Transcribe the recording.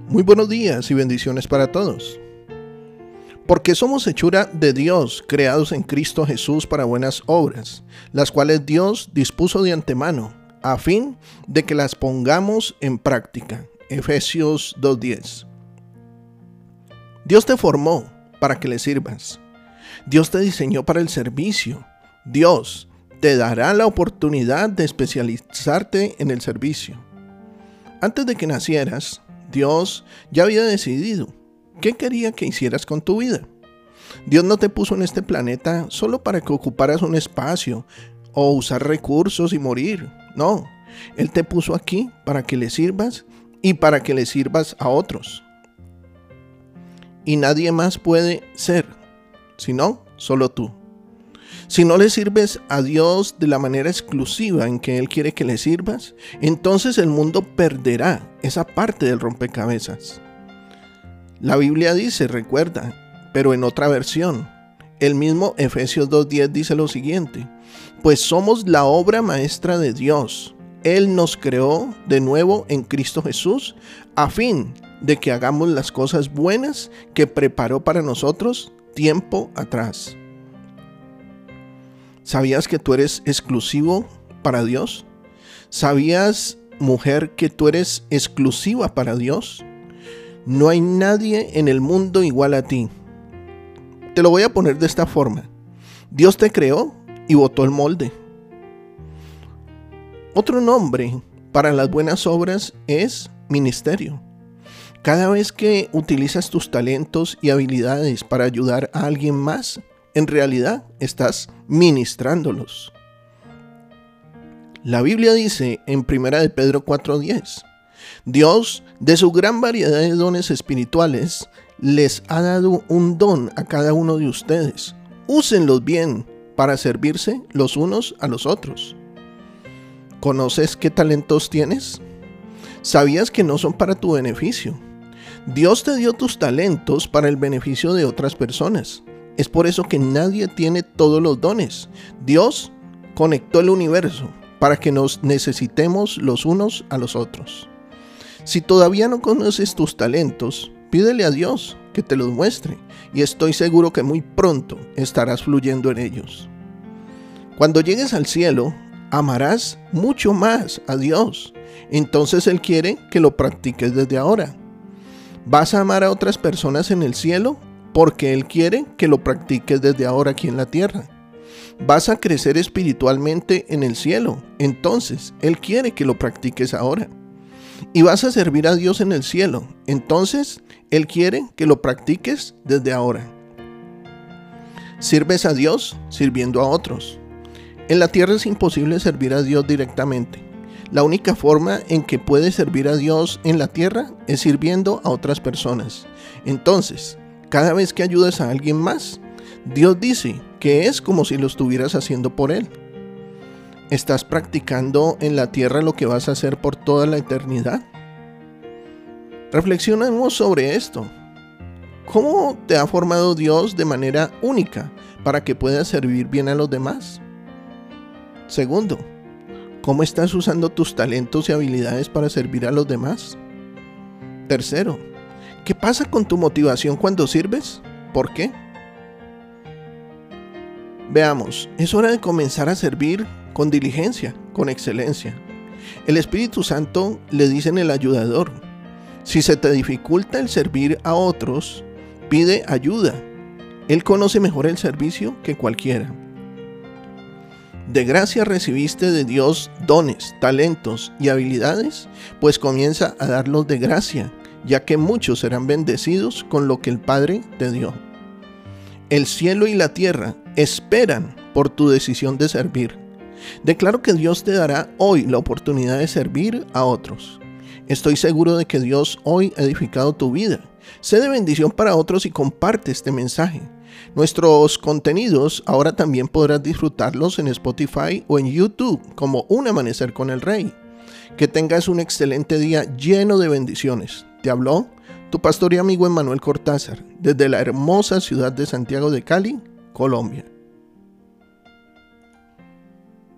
Muy buenos días y bendiciones para todos. Porque somos hechura de Dios, creados en Cristo Jesús para buenas obras, las cuales Dios dispuso de antemano, a fin de que las pongamos en práctica. Efesios 2:10. Dios te formó para que le sirvas. Dios te diseñó para el servicio. Dios te dará la oportunidad de especializarte en el servicio. Antes de que nacieras, Dios ya había decidido qué quería que hicieras con tu vida. Dios no te puso en este planeta solo para que ocuparas un espacio o usar recursos y morir. No, Él te puso aquí para que le sirvas y para que le sirvas a otros. Y nadie más puede ser, sino solo tú. Si no le sirves a Dios de la manera exclusiva en que Él quiere que le sirvas, entonces el mundo perderá esa parte del rompecabezas. La Biblia dice, recuerda, pero en otra versión, el mismo Efesios 2:10 dice lo siguiente: pues somos la obra maestra de Dios. Él nos creó de nuevo en Cristo Jesús, a fin de que hagamos las cosas buenas que preparó para nosotros tiempo atrás. ¿Sabías que tú eres exclusivo para Dios? ¿Sabías, mujer, que tú eres exclusiva para Dios? No hay nadie en el mundo igual a ti. Te lo voy a poner de esta forma. Dios te creó y botó el molde. Otro nombre para las buenas obras es ministerio. Cada vez que utilizas tus talentos y habilidades para ayudar a alguien más, en realidad estás ministrándolos. La Biblia dice en 1 de Pedro 4:10, Dios, de su gran variedad de dones espirituales, les ha dado un don a cada uno de ustedes. Úsenlos bien para servirse los unos a los otros. ¿Conoces qué talentos tienes? ¿Sabías que no son para tu beneficio? Dios te dio tus talentos para el beneficio de otras personas. Es por eso que nadie tiene todos los dones. Dios conectó el universo para que nos necesitemos los unos a los otros. Si todavía no conoces tus talentos, pídele a Dios que te los muestre y estoy seguro que muy pronto estarás fluyendo en ellos. Cuando llegues al cielo, amarás mucho más a Dios. Entonces Él quiere que lo practiques desde ahora. ¿Vas a amar a otras personas en el cielo? Porque Él quiere que lo practiques desde ahora aquí en la tierra. Vas a crecer espiritualmente en el cielo, entonces Él quiere que lo practiques ahora. Y vas a servir a Dios en el cielo, entonces Él quiere que lo practiques desde ahora. ¿Sirves a Dios sirviendo a otros? En la tierra es imposible servir a Dios directamente. La única forma en que puedes servir a Dios en la tierra es sirviendo a otras personas. Entonces, cada vez que ayudas a alguien más, Dios dice que es como si lo estuvieras haciendo por Él. ¿Estás practicando en la tierra lo que vas a hacer por toda la eternidad? Reflexionemos sobre esto. ¿Cómo te ha formado Dios de manera única para que puedas servir bien a los demás? Segundo, ¿cómo estás usando tus talentos y habilidades para servir a los demás? Tercero, ¿qué pasa con tu motivación cuando sirves? ¿Por qué? Veamos, es hora de comenzar a servir con diligencia, con excelencia. El Espíritu Santo le dice en el ayudador: si se te dificulta el servir a otros, pide ayuda. Él conoce mejor el servicio que cualquiera. De gracia recibiste de Dios dones, talentos y habilidades, pues comienza a darlos de gracia, ya que muchos serán bendecidos con lo que el Padre te dio. El cielo y la tierra esperan por tu decisión de servir. Declaro que Dios te dará hoy la oportunidad de servir a otros. Estoy seguro de que Dios hoy ha edificado tu vida. Sé de bendición para otros y comparte este mensaje. Nuestros contenidos ahora también podrás disfrutarlos en Spotify o en YouTube como Un Amanecer con el Rey. Que tengas un excelente día lleno de bendiciones. Te habló tu pastor y amigo Emmanuel Cortázar desde la hermosa ciudad de Santiago de Cali, Colombia.